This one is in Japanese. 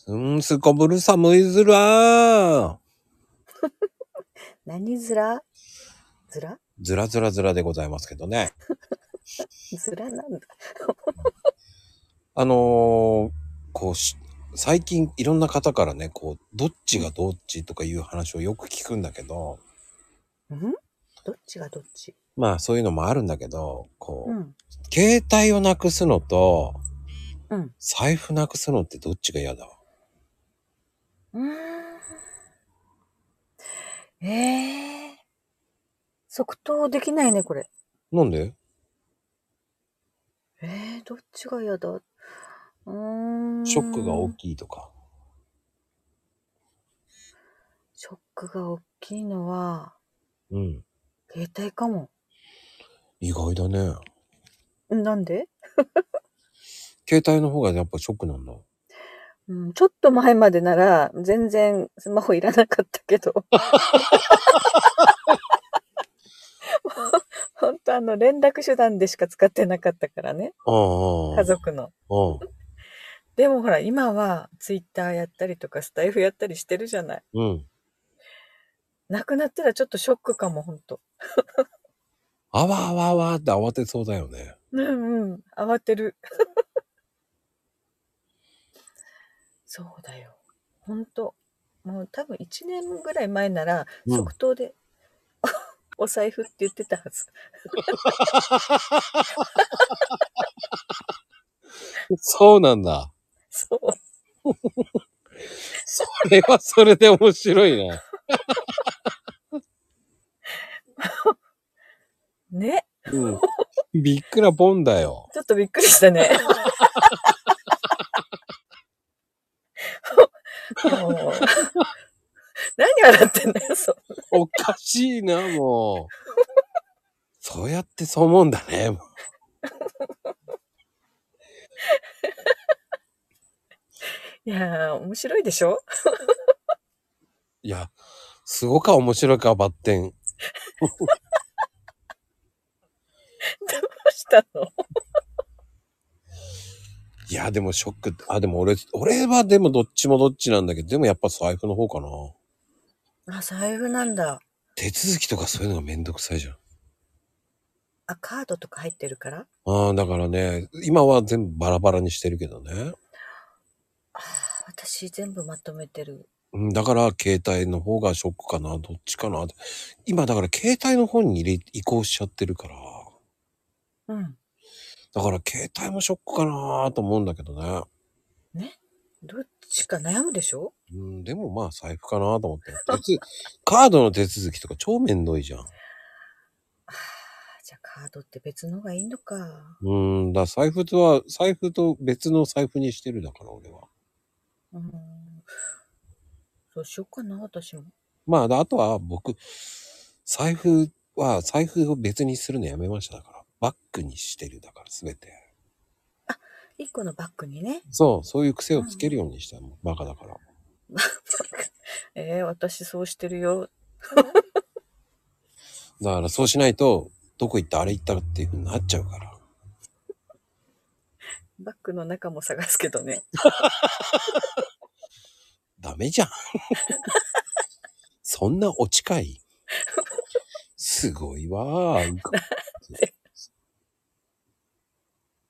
すこぶる寒いずらー。 何ずらずらずらずらずらでございますけどね。 ずらなんだ。 最近いろんな方からね、どっちがどっちとかいう話をよく聞くんだけど、 どっちがどっち？ まあそういうのもあるんだけど、携帯をなくすのと、財布なくすのってどっちが嫌だわ。 即答できないね、これ。 なんで？ どっちが嫌だ？ ショックが大きいとか。 ショックが大きいのは、携帯かも。 意外だね。 なんで？ 携帯の方がやっぱショックなんだ。 ちょっと前までなら全然スマホいらなかったけど。本当連絡手段でしか使ってなかったからね。家族の。でもほら、今はツイッターやったりとかスタイフやったりしてるじゃない。なくなったらちょっとショックかも、ほんと。 あわあわあわって慌てそうだよね。 慌てる。そうだよ。ほんと。もう多分1年ぐらい前なら、即答で、お財布って言ってたはず。 そうなんだ。 そう。 それはそれで面白いな。 ね。 びっくらぼんだよ。 ちょっとびっくりしたね。何笑ってんだよ、そんな。 おかしいな、もう。そうやってそう思うんだね。 いやー、面白いでしょ？ いや、すごか面白かバッテン。 どうしたの？ いや、でもショックって、でも俺はでもどっちもどっちなんだけど、でもやっぱ財布の方かな。 財布なんだ。 手続きとかそういうのがめんどくさいじゃん。 カードとか入ってるから？ だからね、今は全部バラバラにしてるけどね。 私全部まとめてる。 だから携帯の方がショックかな、どっちかな。今だから携帯の方に移行しちゃってるから。だから携帯もショックかなと思うんだけどね。 ね？どっちか悩むでしょ？ でもまあ財布かなと思って。カードの手続きとか超めんどいじゃん。 じゃあカードって別のがいいのか。 財布と別の財布にしてるだから俺は。 そうしようかな、私も。 まあ、あとは僕、財布を別にするのやめましただから。バッグにしてるだから全て。 1個のバッグにね。 そういう癖をつけるようにしたの。バカだから。 私そうしてるよ。 だからそうしないと、どこ行ったあれ行ったっていう風になっちゃうから。 バッグの中も探すけどね。 ダメじゃん。そんなオチかい。すごいわー。